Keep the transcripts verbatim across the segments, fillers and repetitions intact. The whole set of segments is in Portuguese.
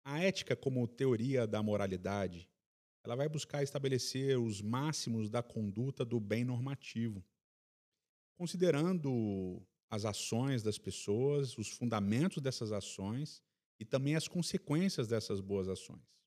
A ética como teoria da moralidade, ela vai buscar estabelecer os máximos da conduta do bem normativo, considerando as ações das pessoas, os fundamentos dessas ações e também as consequências dessas boas ações.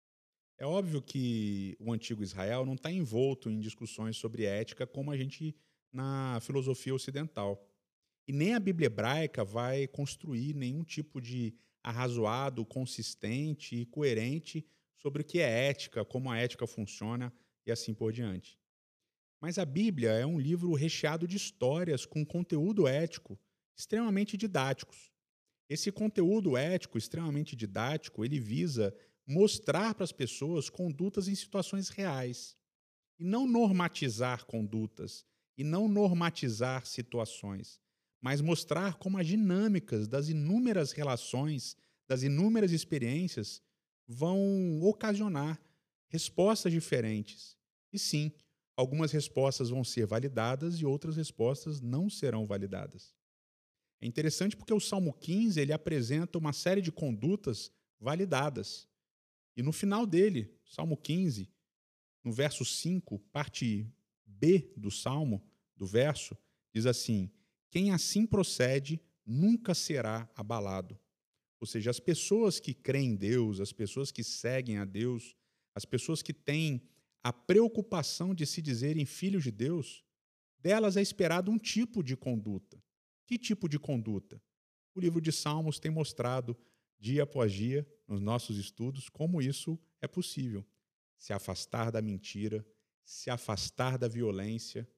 É óbvio que o antigo Israel não está envolto em discussões sobre ética como a gente na filosofia ocidental. E nem a Bíblia hebraica vai construir nenhum tipo de arrazoado, consistente e coerente sobre o que é ética, como a ética funciona e assim por diante. Mas a Bíblia é um livro recheado de histórias com conteúdo ético extremamente didáticos. Esse conteúdo ético extremamente didático, ele visa mostrar para as pessoas condutas em situações reais e não normatizar condutas e não normatizar situações, mas mostrar como as dinâmicas das inúmeras relações, das inúmeras experiências vão ocasionar respostas diferentes. E sim, algumas respostas vão ser validadas e outras respostas não serão validadas. É interessante porque o Salmo quinze ele apresenta uma série de condutas validadas. E no final dele, Salmo quinze, no verso cinco, parte B do Salmo, do verso, diz assim: quem assim procede nunca será abalado. Ou seja, as pessoas que creem em Deus, as pessoas que seguem a Deus, as pessoas que têm a preocupação de se dizerem filhos de Deus, delas é esperado um tipo de conduta. Que tipo de conduta? O livro de Salmos tem mostrado, dia após dia, nos nossos estudos, como isso é possível. Se afastar da mentira, se afastar da violência,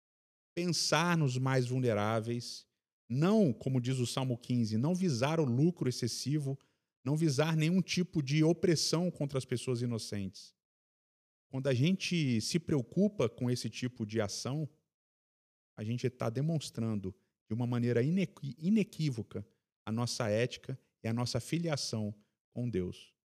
pensar nos mais vulneráveis, não, como diz o Salmo quinze, não visar o lucro excessivo, não visar nenhum tipo de opressão contra as pessoas inocentes. Quando a gente se preocupa com esse tipo de ação, a gente está demonstrando de uma maneira inequi- inequívoca a nossa ética e a nossa filiação com Deus.